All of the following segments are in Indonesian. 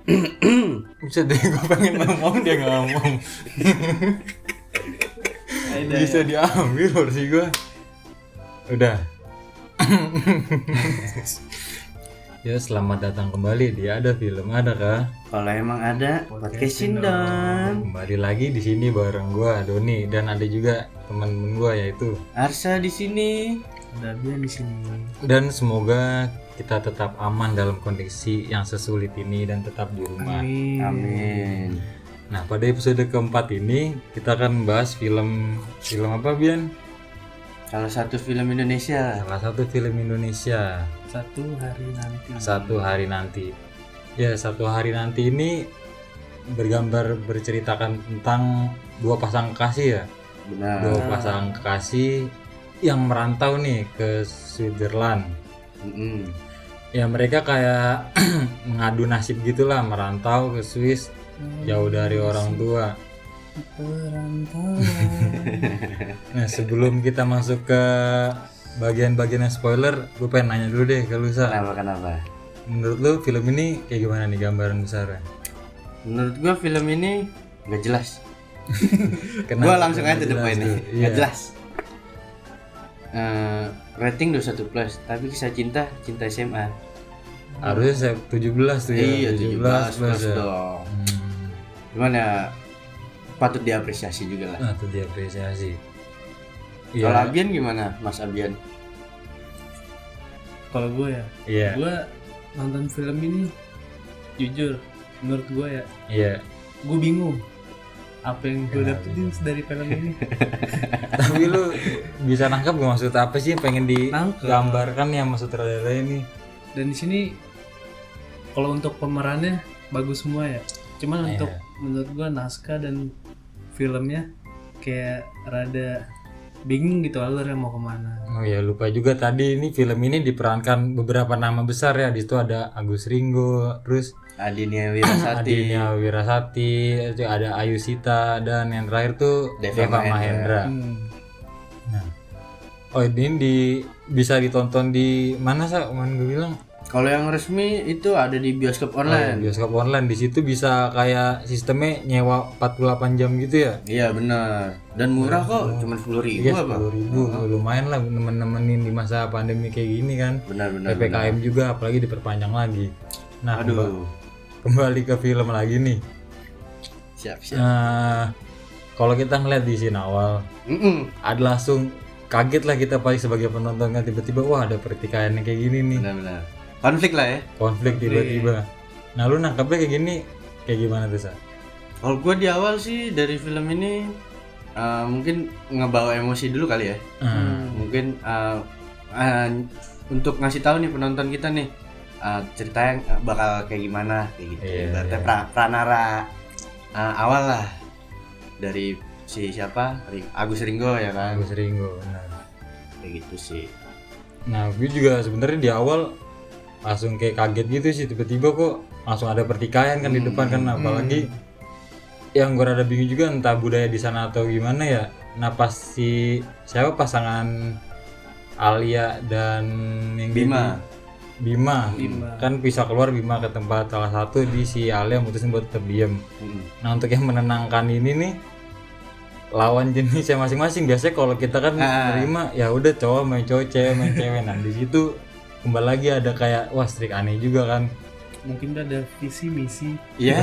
Bisa deh, gue pengen ngomong dia nggak ngomong. Bisa diambil versi gue. Udah. Ya, selamat datang kembali di Ada Film Ada kah? Kalau emang ada, podcastin dong. Kembali lagi di sini bareng gue Doni dan ada juga teman-teman gue yaitu Arsa di sini. Ada Bian di sini. Dan semoga kita tetap aman dalam kondisi yang sesulit ini dan tetap di rumah. Amin. Nah, pada episode keempat ini kita akan membahas film apa, Bian? Salah satu film Indonesia. Salah satu film Indonesia. Satu hari nanti. Satu hari nanti. Ya, Satu Hari Nanti ini berceritakan tentang dua pasang kekasih ya. Benar. Dua pasang kekasih yang merantau nih ke Switzerland. Ya, mereka kayak mengadu nasib gitulah, merantau ke Swiss jauh dari orang tua. Nah, sebelum kita masuk ke bagian-bagian yang spoiler, gue pengen nanya dulu deh ke lu, Sa. Kenapa? Menurut lu film ini kayak gimana nih gambaran besarnya? Menurut gua film ini nggak jelas. Kenapa Gua langsung aja nggak the jelas point tuh? nih. Iya. Nggak jelas. Rating 21+, tapi kisah cinta SMA. Harusnya saya 17 tuh ya. Iya, 17 plus ya. dong. Cuman ya patut diapresiasi juga lah. Nah, tuh diapresiasi. Kalau Abian gimana, Mas Abian? Kalau gue ya, Iya. gue nonton film ini jujur, menurut gue ya, Iya. gue bingung apa yang gue Kenapa dapetin dari film ini. Tapi lu bisa nangkap gak maksud apa sih yang pengen Nangkep. digambarkan ya maksud sutradara ini? Dan di sini kalau untuk pemerannya bagus semua ya. Cuman Iya. untuk menurut gue naskah dan filmnya kayak rada bingung gitu alurnya mau kemana. Oh ya, lupa juga tadi ini film ini diperankan beberapa nama besar ya. Di situ ada Agus Ringo, terus Adinia Wirasati. Adinia Wirasati, itu ada Ayu Sita, dan yang terakhir tuh Deva Mahendra. Hmm. Nah, oh ini bisa ditonton di mana sih? Kemarin gue bilang. Kalau yang resmi itu ada di bioskop Oh, online. bioskop online. Di situ bisa kayak sistemnya nyewa 48 jam gitu ya. Iya benar. Dan murah kok, cuma 10.000 Iya, apa? 10.000. Lumayan lah nemenin di masa pandemi kayak gini kan. Benar. PPKM juga apalagi diperpanjang lagi. Nah, Aduh. kembali ke film lagi nih. Siap. Nah, kalau kita ngeliat di scene awal, ada langsung kaget lah kita paling sebagai penontonnya, tiba-tiba wah ada pertikaian yang kayak gini nih. Benar. Konflik lah ya. Konflik tiba-tiba. Nah, lu nangkapnya kayak gini kayak gimana tuh, Sa? Kalau gue di awal sih dari film ini mungkin ngebawa emosi dulu kali ya. Mungkin untuk ngasih tahu nih penonton kita nih ceritanya bakal kayak gimana kayak gitu. Iya, Ibaratnya iya. pranara awal lah dari si siapa Agus Ringo ya kan. Agus Ringo, benar. Kayak gitu sih. Nah, gue juga sebenarnya di awal langsung kayak kaget gitu sih, tiba-tiba kok langsung ada pertikaian kan di depan kan, apalagi yang gue rada bingung juga entah budaya di sana atau gimana ya. Nah, pas siapa pasangan Alia dan yang Bima kan bisa keluar, Bima ke tempat salah satu, di si Alia mutusin buat tetap diem. Nah, untuk yang menenangkan ini nih lawan jenisnya masing-masing. Biasanya kalau kita kan menerima ya udah cowok main cowok, cewek main cewek. Nah, di situ kembali lagi ada kayak wah strik aneh juga kan. Mungkin udah ada visi misi. Iya.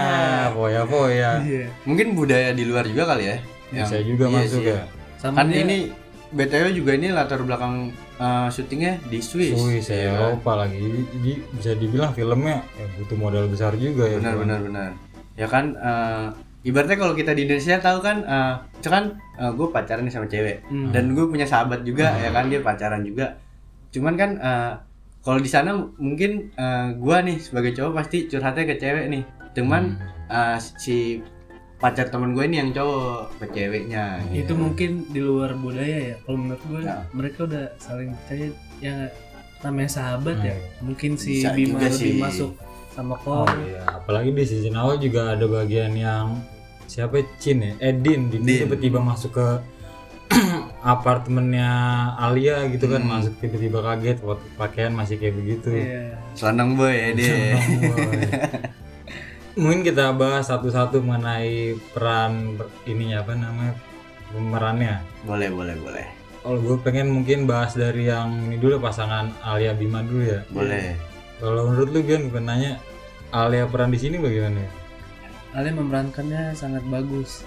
Poya. Iya. Mungkin budaya di luar juga kali ya. Bisa juga iya masuk sih. ya. Sama Kan dia- ini BTW juga ini latar belakang syutingnya di Swiss. Swiss ya, Eropa lagi. Jadi bisa dibilang filmnya ya butuh modal besar juga ya. Benar. Ya kan ibaratnya kalau kita di Indonesia tahu kan itu kan gue pacaran nih sama cewek dan gue punya sahabat juga ya kan, dia pacaran juga. Cuman kan kalau di sana mungkin gue nih sebagai cowok pasti curhatnya ke cewek nih. Cuman si pacar teman gue ini yang cowok ke ceweknya. itu mungkin di luar budaya ya. Kalau menurut gue mereka udah saling percaya ya, namanya sahabat ya. Mungkin si Bisa Bima juga lebih sih. masuk sama Oh Kol. iya, apalagi di season awal juga ada bagian yang siapa Chin ya? Din tiba-tiba masuk ke apartemennya Alia gitu kan, masuk tiba-tiba kaget waktu pakaian masih kayak begitu. Iya. Selendang boy ya dia. Mungkin kita bahas satu-satu mengenai peran ininya apa namanya pemerannya. Boleh. Kalau gue pengen mungkin bahas dari yang ini dulu, pasangan Alia Bima dulu ya. Boleh. Kalau menurut lu Gian, gue nanya Alia peran di sini bagaimana ya? Alia memerankannya sangat bagus.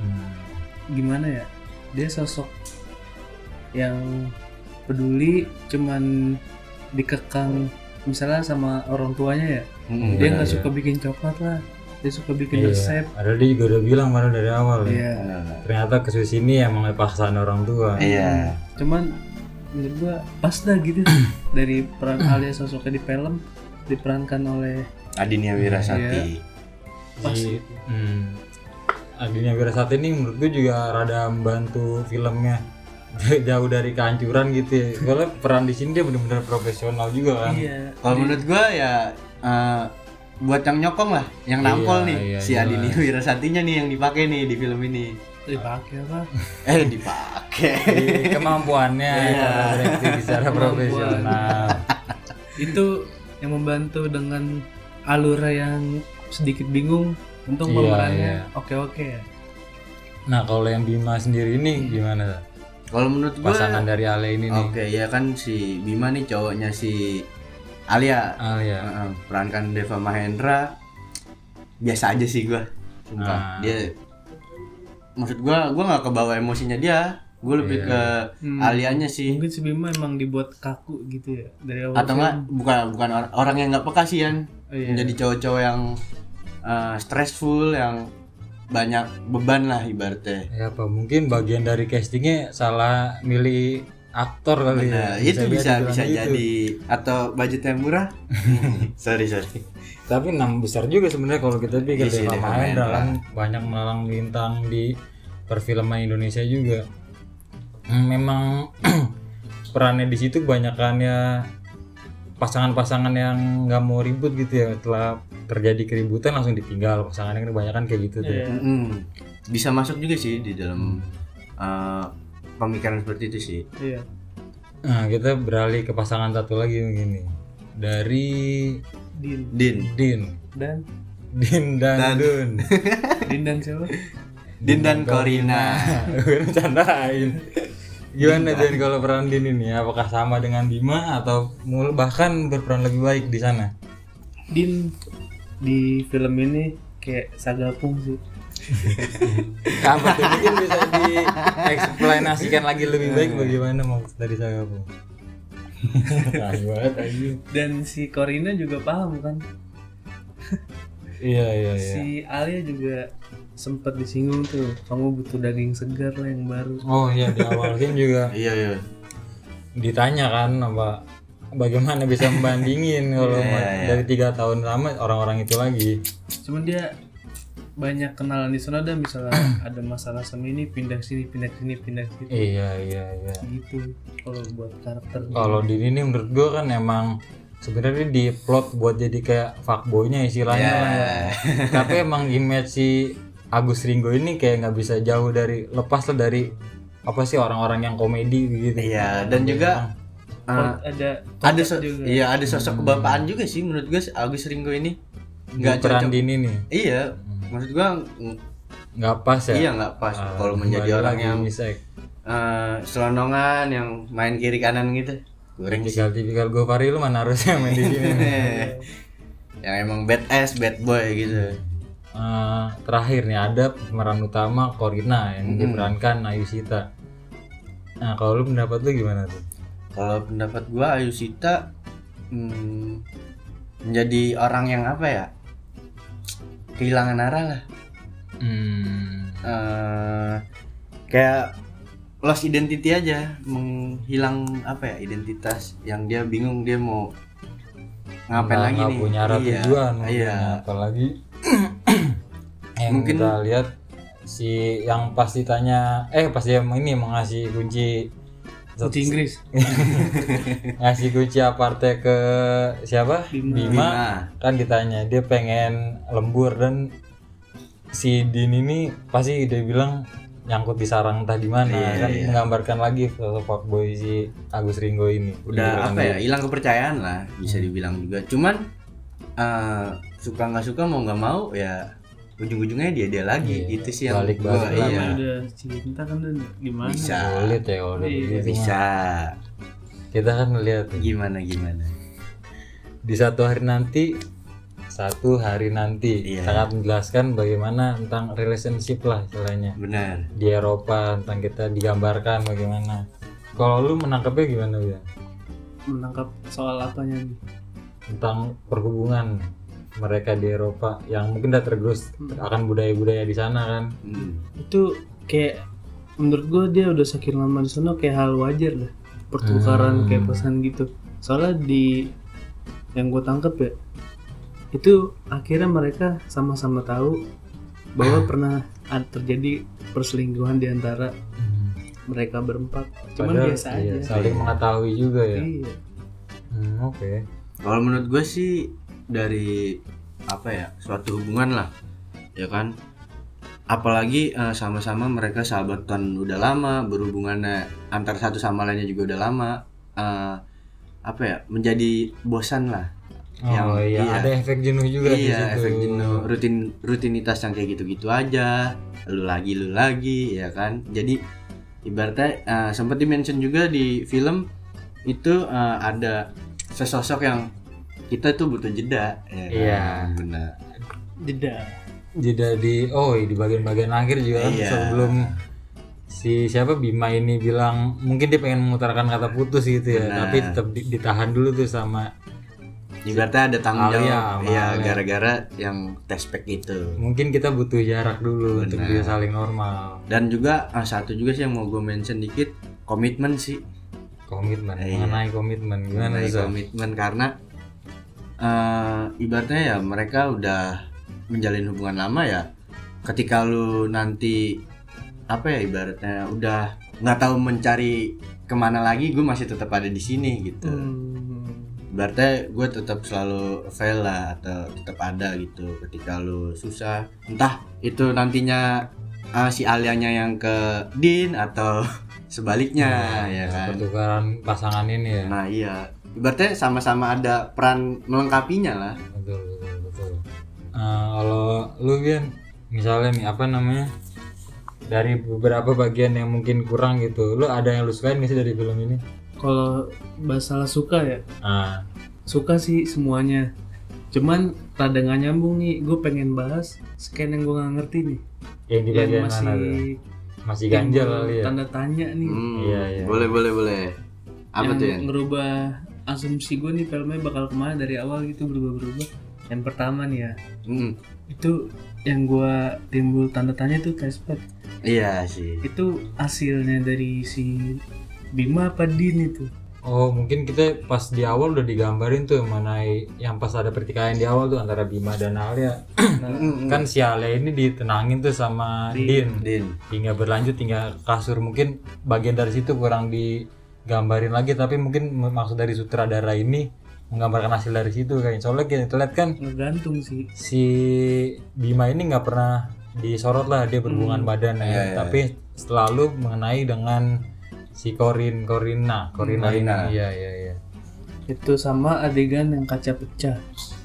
Gimana ya? Dia sosok yang peduli, cuman dikekang misalnya sama orang tuanya ya. Dia nggak suka bikin coklat lah. Dia suka bikin resep. Padahal dia juga udah bilang baru dari awal. Iya. Ternyata kasus ini emang paksaan orang tua. Iya. Cuman menurut gua pas dah gitu dari peran Alia sosoknya di film diperankan oleh Adinia Wirasati. pas. Adinia Wirasati ini menurut gue juga rada membantu filmnya jauh dari kehancuran gitu ya. Soalnya peran di sini dia benar-benar profesional juga kan. Iya. Kalau menurut gua ya buat yang nyokong lah, yang nampol nih si Adinia Wirasatinya nih yang dipakai nih di film ini. Dipakai apa? Dipakai. Kemampuannya cara berakting secara profesional. Itu yang membantu dengan alura yang sedikit bingung. Untung pemerannya oke-oke ya. Nah kalau yang Bima sendiri ini gimana? Kalau menurut gua Pasangan dari Alia ini nih. Oke, ya kan si Bima nih cowoknya si Alia. Alia. Perankan Deva Mahendra biasa aja sih gua. Sumpah. Dia maksud gua nggak kebawa emosinya dia. Gue lebih ke Alianya sih. Mungkin si Bima emang dibuat kaku gitu ya dari awal. Atau enggak bukan orang yang nggak peka sih Yan. Menjadi cowok-cowok yang stressful, yang banyak beban lah ibaratnya. Ya apa mungkin bagian dari castingnya salah milih aktor kali ya. Itu bisa dibilang gitu. jadi atau budgetnya murah. sorry. Tapi nama besar juga sebenarnya kalau kita pikir Iya sih, Deva Deva Mahendra Mahendra. kan banyak melalang bintang di perfilman Indonesia juga. Memang perannya di situ kebanyakannya pasangan-pasangan yang nggak mau ribut gitu ya, setelah terjadi keributan langsung ditinggal pasangannya, kebanyakan kayak gitu tuh. Bisa masuk juga sih di dalam pemikiran seperti itu sih. Iya. Nah kita beralih ke pasangan satu lagi begini dari Din Dan Dun. Din dan siapa? Din dan Corina. Gue bercandain. Gimana Din kalau peran Din ini? Apakah sama dengan Bima atau bahkan berperan lebih baik di sana? Din di film ini kayak Sagapung sih. Apa tuh mungkin bisa dieksplanasikan lagi lebih baik bagaimana maksud dari Sagapung? Banget aja. Dan si Corina juga paham kan? Iya. Si Alia juga sempat disinggung tuh, kamu butuh daging segar lah yang baru. Oh iya, di awal film juga Iya. ditanya kan apa bagaimana bisa membandingin kalau dari 3 tahun lama orang-orang itu lagi. Cuman dia banyak kenalan di sana, dan misalnya ada masalah sama ini pindah sini pindah situ. Iya. Gitu kalau buat karakter. Kalau di ini menurut gua kan emang sebenarnya di plot buat jadi kayak fuckboy-nya istilahnya lah ya. Tapi emang image si Agus Ringo ini kayak nggak bisa jauh dari lepas lah dari apa sih orang-orang yang komedi gitu. Iya, dan juga ada sosok kebapaan juga sih menurut gue Agus Ringo ini. Nggak peran di ini nih. Iya, maksud gue nggak pas ya. Iya, nggak pas kalau menjadi orang yang selonongan yang main kiri kanan gitu. Tipikal Gofari lu mana harusnya main di sini. Yang emang bad boy gitu. Terakhir nih ada pemeran utama Corina yang diperankan Ayushita. Nah kalau lu pendapat lu gimana tuh? Kalau pendapat gua Ayushita menjadi orang yang apa ya, kehilangan arah lah. Kayak lost identity aja, menghilang apa ya, identitas yang dia bingung dia mau ngapain lagi nih. Punya arah tujuan. Iya. Apalagi yang mungkin kita lihat si yang pas ditanya pas dia ini mau ngasih kunci Inggris ngasih kunci aparte ke siapa? Bima. Kan ditanya dia pengen lembur, dan si Din ini pasti dia bilang nyangkut di sarang entah di mana. Menggambarkan lagi sosok fuckboy si Agus Ringo ini. Udah apa ya, hilang kepercayaan lah bisa dibilang juga. Cuman suka nggak suka mau nggak mau ya ujung-ujungnya dia lagi. Iya, itu sih yang balik gua, lagi. iya udah cinta kan udah gimana? bisa Sulit ya kalau udah Iya, begitu mah. bisa Kita kan ngeliat nih, gimana di satu hari nanti Iya. sangat menjelaskan bagaimana tentang relationship lah istilahnya benar. di Eropa, tentang kita digambarkan bagaimana. Kalau lu menangkapnya gimana ya? Menangkap soal apanya nih? Tentang perhubungan mereka di Eropa yang mungkin udah tergerus akan budaya-budaya di sana kan. Itu kayak menurut gue dia udah saking lama di sana kayak hal wajar lah, pertukaran kayak pesan gitu. Soalnya di yang gue tangkep ya, itu akhirnya mereka sama-sama tahu bahwa pernah terjadi perselingkuhan di antara mereka berempat. Cuman Padahal, biasa iya, aja. saling mengetahui juga ya. Iya. Oke. Kalau menurut gue sih dari apa ya, suatu hubungan lah ya kan, apalagi sama-sama mereka sahabatan udah lama, berhubungannya antar satu sama lainnya juga udah lama, apa ya, menjadi bosan lah. Oh iya, ada efek jenuh juga di Iya, situ. efek jenuh, rutinitas yang kayak gitu-gitu aja, lu lagi ya kan. Jadi ibaratnya sempat di-mention juga di film itu, ada sesosok yang kita tuh butuh jeda ya kan? Iya. Benar. Jeda. Di bagian-bagian akhir juga kan, Iya. sebelum si siapa Bima ini bilang mungkin dia pengen mengutarakan kata putus gitu ya, Benar. tapi tetap ditahan dulu tuh sama Ibaratnya ada tanggung Alia, jawab, sama ya Alia. gara-gara yang tespek itu. mungkin kita butuh jarak dulu untuk Benar. bisa saling normal. Dan juga satu juga sih yang mau gue mention dikit, komitmen sih. Komitmen, Iya. mengenai komitmen gimana Mengenai sih? komitmen karena ibaratnya ya mereka udah menjalin hubungan lama ya. Ketika lu nanti apa ya, ibaratnya udah nggak tahu mencari kemana lagi, gue masih tetap ada di sini gitu. Ibaratnya gue tetap selalu avail lah, atau tetap ada gitu ketika lu susah, entah itu nantinya si Alianya yang ke Din atau sebaliknya ya kan. Pertukaran pasangan ini ya. Nah iya, ibaratnya sama-sama ada peran melengkapinya lah. Betul. Kalau lu Bian, misalnya nih apa namanya, dari beberapa bagian yang mungkin kurang gitu, lu ada yang lu sukain nggak sih dari film ini? Kalau masalah suka ya, Ah, suka sih semuanya. Cuman rada nggak nyambung nih, gue pengen bahas scan yang gue nggak ngerti nih. yang di Yang bagian masih mana tuh? Masih ganjal kali ya. tanda tanya nih. Iya. Boleh. Apa yang tuh ya? ngerubah asumsi gue nih filmnya bakal kemana dari awal gitu, berubah-berubah. Yang pertama nih ya, itu yang gue timbul tanda tanya tuh tespek. Iya sih. Itu hasilnya dari si Bima apa Din itu? Oh mungkin kita pas di awal udah digambarin tuh mengenai yang pas ada pertikaian di awal tuh antara Bima dan Alia. Kan si Alia ini ditenangin tuh sama Din. Hingga berlanjut hingga kasur, mungkin bagian dari situ kurang digambarin lagi, tapi mungkin maksud dari sutradara ini menggambarkan hasil dari situ kayaknya. Soalnya kita lihat kan Ngegantung sih. si Bima ini nggak pernah disorot lah dia berhubungan badan ya, tapi selalu mengenai dengan si Corina ini. Iya. Itu sama adegan yang kaca pecah.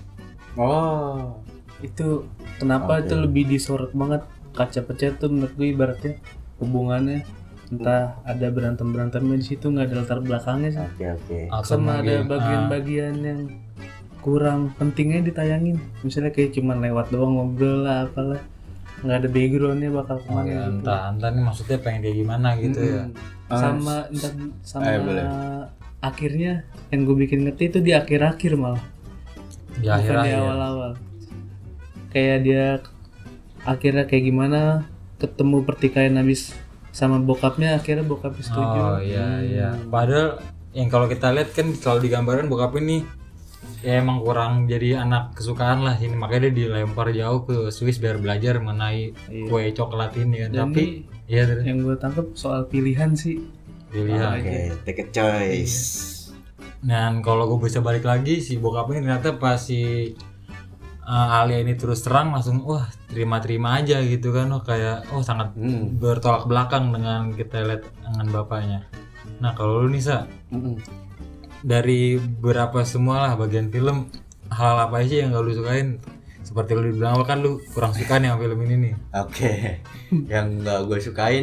Oh. Itu kenapa itu lebih disorot banget. Kaca pecah tuh menurut gue ibaratnya hubungannya entah ada berantem-berantemnya di situ, nggak ada latar belakangnya sih. Oke. Atau Sama ada mungkin, bagian-bagian yang kurang pentingnya ditayangin. Misalnya kayak cuman lewat doang ngobrol lah apalah, nggak ada backgroundnya bakal kemana gitu. entah nih maksudnya pengen kayak gimana gitu ya. Sama boleh. akhirnya yang gue bikin ngerti itu di akhir-akhir malah, Di bukan akhir di awal-awal. Kayak dia akhirnya kayak gimana ketemu pertikaian habis sama bokapnya, akhirnya bokapnya setuju. Oh iya. Padahal yang kalau kita lihat kan selalu digambarkan bokap ini ya emang kurang jadi anak kesukaan lah ini, makanya dia dilempar jauh ke Swiss biar belajar mengenai kue coklat ini kan. Dan Tapi iya yang gue tangkap soal pilihan sih. pilihan. Oke, take a choice. Dan kalau gue bisa balik lagi, si bokap ini ternyata pas si Alia ini terus terang langsung wah terima aja gitu kan, kayak sangat bertolak belakang dengan kita lihat dengan bapaknya. Nah kalau lu Nisa, dari berapa semua lah bagian film, hal apa sih yang gak lu sukain seperti lu bilang kan lu kurang suka nih sama film ini nih. Oke. Yang nggak gue sukain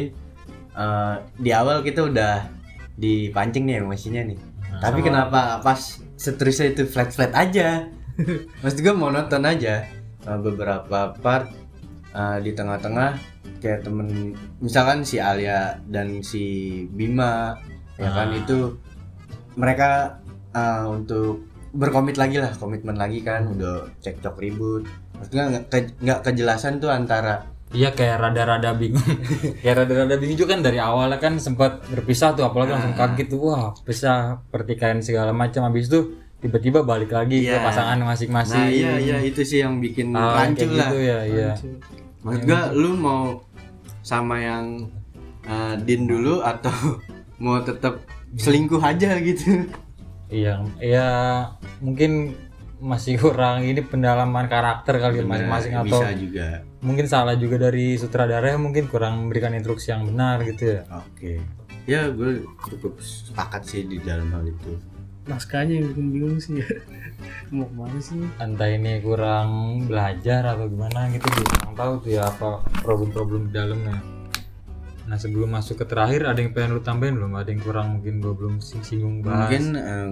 di awal kita udah dipancing nih emosinya nih. Tapi kenapa pas seterusnya itu flat aja? Maksud gue monoton aja. Beberapa part di tengah-tengah kayak temen misalkan si Alia dan si Bima ya kan itu mereka untuk berkomit lagi lah, komitmen lagi kan, udah cekcok ribut. Maksudnya nggak kejelasan tuh antara iya kayak rada-rada bingung. Kayak rada-rada bingung juga kan dari awalnya kan sempat berpisah tuh, apalagi langsung kaget tuh, wah pisah pertikaian segala macam, habis itu tiba-tiba balik lagi ke pasangan masing-masing. Nah iya itu sih yang bikin rancu lah gitu ya, iya. Maksud gua lu mau sama yang Din dulu atau mau tetap selingkuh aja gitu? Iya, ya mungkin masih kurang ini pendalaman karakter kali masing-masing atau bisa juga. Mungkin salah juga dari sutradara, mungkin kurang memberikan instruksi yang benar gitu ya. Oke. Ya gue cukup sepakat sih di dalam hal itu. Naskahnya yang bikin bingung sih ya. Mau kemana sih? Entah ini kurang belajar atau gimana gitu, dia kurang tahu tuh ya apa problem-problem di dalamnya. Nah sebelum masuk ke terakhir, ada yang pengen lu tambahin belum? Ada yang kurang mungkin gue belum singgung bahas? Mungkin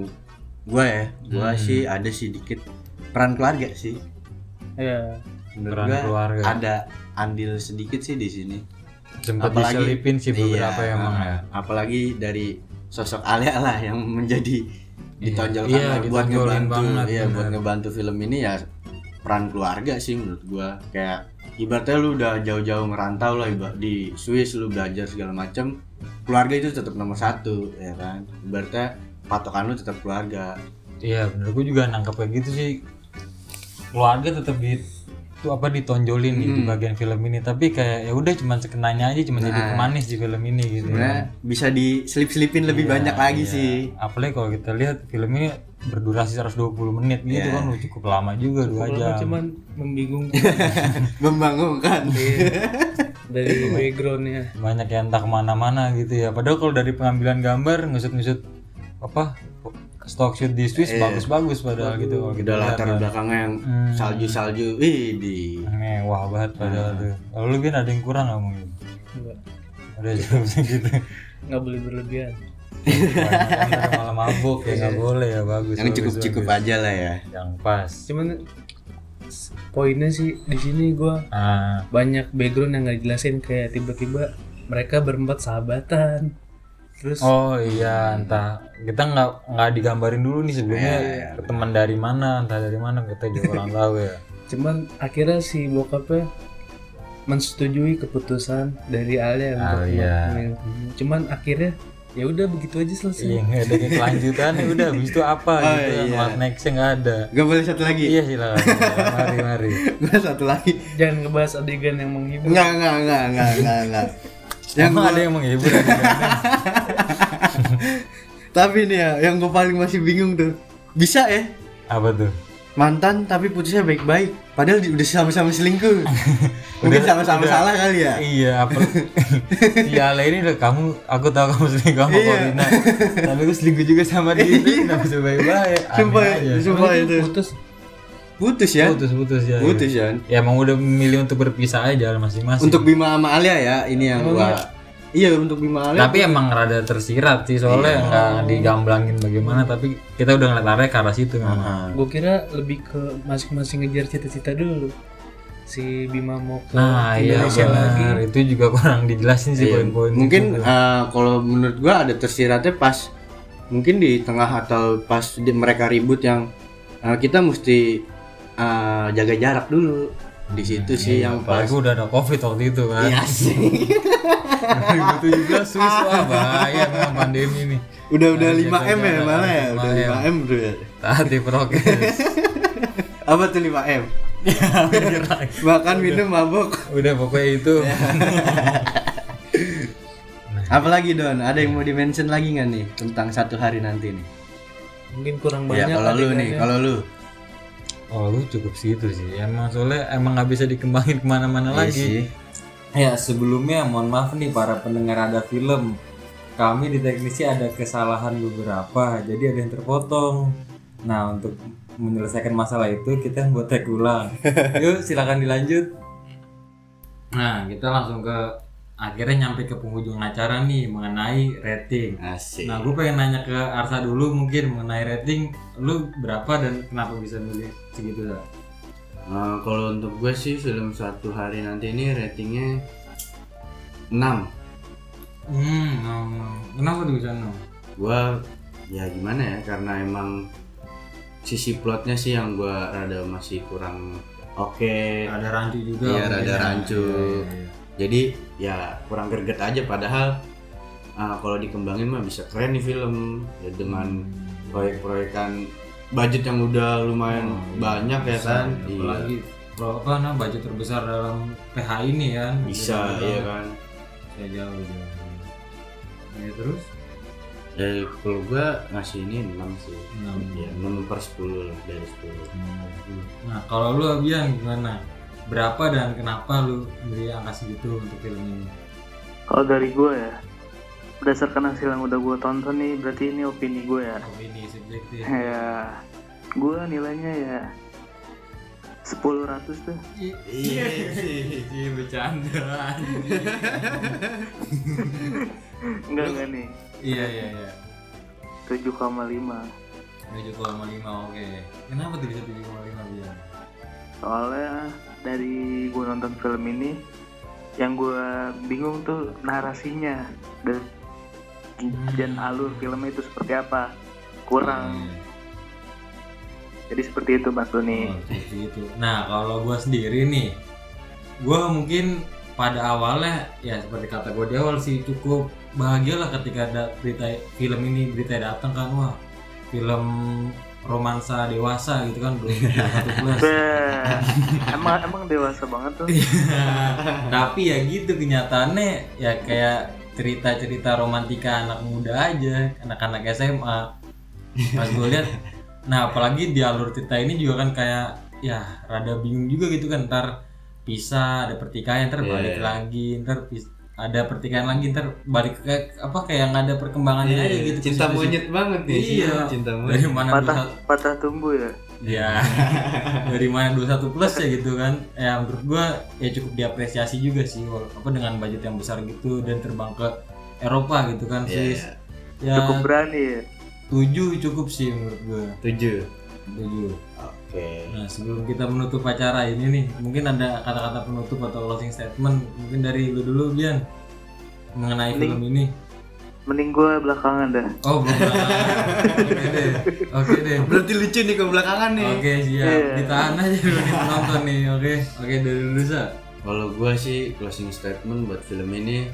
gue sih ada sedikit peran keluarga sih. Iya. Menurut Peran gua keluarga. Ada andil sedikit sih di sini. Sempat diselipin sih beberapa ya emang ya. Apalagi dari sosok Alia lah yang menjadi ditonjolkan Iya, buat ditonjolin ngebantu, banget, iya bener. buat ngebantu film ini ya peran keluarga sih menurut gua. Kayak ibaratnya lu udah jauh-jauh merantau lah di Swiss, lu belajar segala macam, keluarga itu tetap nomor satu ya kan. Ibaratnya patokan lu tetap keluarga. Iya bener, gue juga nangkep kayak gitu sih. Keluarga tetap ditonjolin nih di bagian film ini, tapi kayak ya udah cuman sekenanya aja, cuman jadi pemanis di film ini gitu. Sebenarnya bisa diselip-selipin lebih banyak lagi sih. Apalagi kalau kita lihat film ini berdurasi 120 menit gitu kan, cukup lama juga 2 jam. Cuman membingungkan Membangungkan. dari backgroundnya. Banyak yang entah kemana-mana gitu ya. Padahal kalau dari pengambilan gambar, ngusut-ngusut apa stock shoot di Swiss bagus-bagus padahal gitu kalau kita Udah lihat latar kan. belakangnya yang salju-salju, di Mewah banget padahal tuh. Kalau lu Bin ada yang kurang nggak mungkin? Enggak. Ada cukup segitu. Nggak boleh berlebihan. Banyak malah mabuk ya nggak boleh ya, bagus. yang bagus, cukup-cukup bagus. aja lah ya. Yang pas. Cuman poinnya sih di sini gua banyak background yang nggak dijelasin, kayak tiba-tiba mereka berempat sahabatan. Terus Oh iya, entah kita nggak digambarin dulu nih sebelumnya teman dari mana, entah dari mana kita juga kurang tahu ya. cuman akhirnya si bokapnya mensetujui keputusan dari Alia untuk ngelakuin. Cuman akhirnya ya udah begitu aja selesai. Iya nggak ada kelanjutan ya udah, habis itu apa gitu kan, what nextnya nggak ada. Gak boleh satu lagi? Iya silakan, mari. Gue satu lagi. Jangan ngebahas adegan yang menghibur. Enggak. Emang ada yang menghibur adegannya? Tapi nih ya, yang gue paling masih bingung tuh, bisa ya Apa tuh? mantan tapi putusnya baik-baik, padahal udah sama-sama selingkuh. Mungkin sama-sama salah kali ya. Iya, apa? Si Ale ini udah aku tahu kamu selingkuh sama Corina. Tapi aku selingkuh juga sama dia. Kenapa bisa baik-baik? Sumpah itu. Putus ya. Putus ya. Ya emang udah memilih untuk berpisah aja masing-masing. Untuk Bima sama Alia ya, ini yang gua. Iya, untuk Bima Alia. Tapi emang rada tersirat sih soalnya nggak digamblangin bagaimana, tapi kita udah ngeliat arahnya ke arah situ memang. Gue kira lebih ke masing-masing ngejar cita-cita dulu. Si Bima mau ke Nah iya Indonesia lagi. benar, itu juga kurang dijelasin sih poin-poin. Mungkin kalau menurut gua ada tersiratnya pas mungkin di tengah atau pas mereka ribut yang kita mesti jaga jarak dulu. Di situ sih yang pas. Apalagi udah ada COVID waktu itu kan. Iya sih. 2017 Swiss, wah bahaya memang pandemi nih. Udah 5M ya mana ya? Udah 5M bro ya. Taati prokes. Apa tuh 5M? Makan, minum, mabok. Udah pokoknya itu. Apalagi Don, ada yang mau di-mention lagi nggak nih tentang satu hari nanti nih? Mungkin kurang Ya banyak. kalau lu nih, kalau lu. Oh lu cukup situ sih. Emang soalnya emang nggak bisa dikembangin kemana-mana lagi. Sih. Ya sebelumnya mohon maaf nih para pendengar Ada Film. Kami di teknisi ada kesalahan beberapa, jadi ada yang terpotong. Nah untuk menyelesaikan masalah itu kita buat tag ulang. Yuk silakan dilanjut. Nah kita langsung ke akhirnya nyampe ke penghujung acara nih mengenai rating. Asik. Nah gue pengen nanya ke Arsa dulu mungkin mengenai rating, lu berapa dan kenapa bisa milih segitu ya? Kalau untuk gue sih film Suatu Hari Nanti ini ratingnya 6. Kenapa tuh bisa 6? Gue ya gimana ya, karena emang sisi plotnya sih yang gue rada masih kurang oke. Ada rancu juga. Iya, mungkin rada ya. rancu. Iya. Jadi ya kurang greget aja, padahal kalau dikembangin mah bisa keren nih film ya, dengan proyek-proyekan budget yang udah lumayan banyak ya kan. Apalagi budget terbesar dalam PH ini kan. Bisa ya kan. Saya jauh. Ya terus? Kalau gua ngasih ini 6 sih. 6. Ya, 6/10 lah dari 10. Nah kalau lu Abian gimana? Berapa dan kenapa lu beri angka segitu untuk film ini? Kalau dari gue ya, berdasarkan hasil yang udah gue tonton nih, berarti ini opini gue ya. Opini subjektif. Ya, gue nilainya ya 10/100 tuh. Iya sih bercanda. Enggak nih. Iya. 7,5. 7,5 oke. Kenapa tuh bisa 7,5 Bian? Soalnya dari gue nonton film ini, yang gue bingung tuh narasinya dan alur filmnya itu seperti apa, kurang. Jadi seperti itu Mas Doni. Seperti itu. Nah kalau gue sendiri nih, gue mungkin pada awalnya ya seperti kata gue di awal sih cukup bahagia lah ketika ada berita datang kan, wah film romansa dewasa gitu kan, belum 21 plus. Emang dewasa banget tuh. Tapi ya gitu kenyataannya ya kayak cerita-cerita romantika anak muda aja, anak-anak SMA. Pas gue lihat, nah apalagi di alur cerita ini juga kan kayak ya rada bingung juga gitu kan, ntar pisah ada pertikaian, ntar balik lagi, ntar ada pertikaian lagi, ntar balik ke kayak nggak ada perkembangannya aja gitu. Cinta monyet banget nih. Iya. Cinta monyet. Dari mana patah tumbuh ya. Ya. Dari mana 21 plus ya gitu kan. Ya menurut gua ya cukup diapresiasi juga sih dengan budget yang besar gitu dan terbang ke Eropa gitu kan sih. Ya, cukup berani ya. 7 cukup sih menurut gua. 7. Oke. Nah sebelum kita menutup acara ini nih, mungkin ada kata-kata penutup atau closing statement mungkin dari lu dulu Bian mengenai film ini. Mending gue belakangan dah. Oh belakangan. Oke deh. Berarti lucu nih ke belakangan nih. Oke siap. Ditahan aja dulu nih penonton nih. Oke dari dulu Sa. Kalau gue sih closing statement buat film ini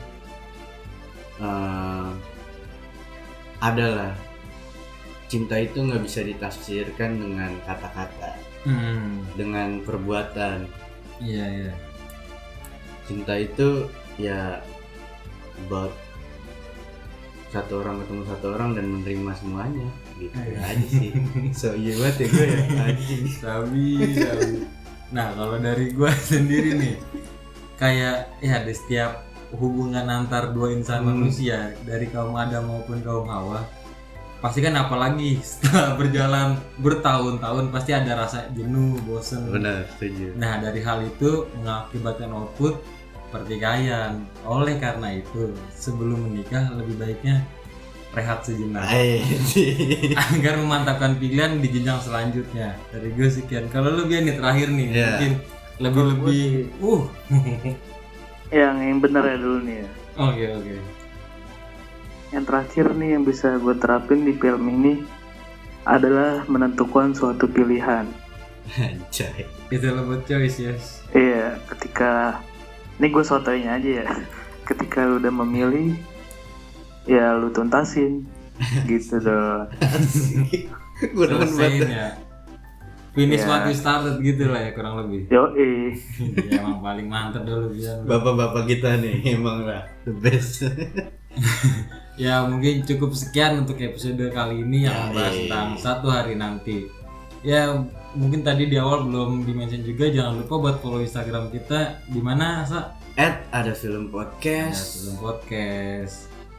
adalah cinta itu nggak bisa ditafsirkan dengan kata-kata, dengan perbuatan. Iya. Cinta itu ya about satu orang ketemu satu orang dan menerima semuanya, gitu aja sih. So iya banget ya gue ya anjing. Sabi. Nah kalau dari gue sendiri nih, kayak ya di setiap hubungan antar dua insan manusia dari kaum Adam maupun kaum Hawa, pasti kan apalagi setelah berjalan bertahun-tahun pasti ada rasa jenuh, bosan. Benar, setuju. Nah dari hal itu mengakibatkan output pertikaian. Oleh karena itu sebelum menikah lebih baiknya rehat sejenak agar memantapkan pilihan di jenjang selanjutnya. Dari gue sekian. Kalau lu Bian nih terakhir nih, mungkin lebih yang benar ya dulu nih ya. Oke. Yang terakhir nih yang bisa gue terapin di film ini adalah menentukan suatu pilihan. Anjay. Itu about choice, yes. Iya, ketika ini gue sotoinya aja ya. Ketika lu udah memilih, ya lu tuntasin. Gitu dong. Gue demen banget ya. Finish what you started gitu lah ya kurang lebih. Yoi. Ya, emang paling mantep dulu Bian. Bapak-bapak kita nih emang lah the best. Ya mungkin cukup sekian untuk episode kali ini yang membahas tentang Satu Hari Nanti. Ya mungkin tadi di awal belum di-mention juga, jangan lupa buat follow Instagram kita di mana Sa? @adafilmpodcast.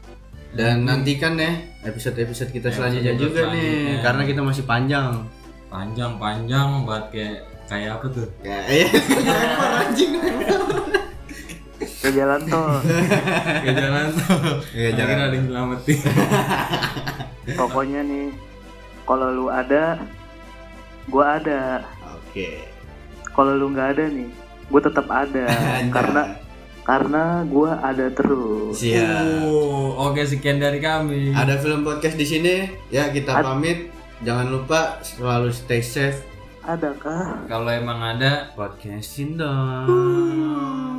Dan nantikan ya episode-episode kita selanjutnya juga nih, karena kita masih panjang. panjang buat kayak apa tuh? Ya, lempar anjing. Ke jalan tol. Ke jalan tuh. Iya, Kira jalan. ada yang nyelamatin. Pokoknya nih, kalau lu ada, gua ada. Oke. Kalau lu nggak ada nih, gua tetap ada. karena gua ada terus. Siap. Oke, sekian dari kami. Ada film podcast di sini. Ya, kita pamit. Jangan lupa selalu stay safe. Adakah? Kalau emang ada, Podcastin dong.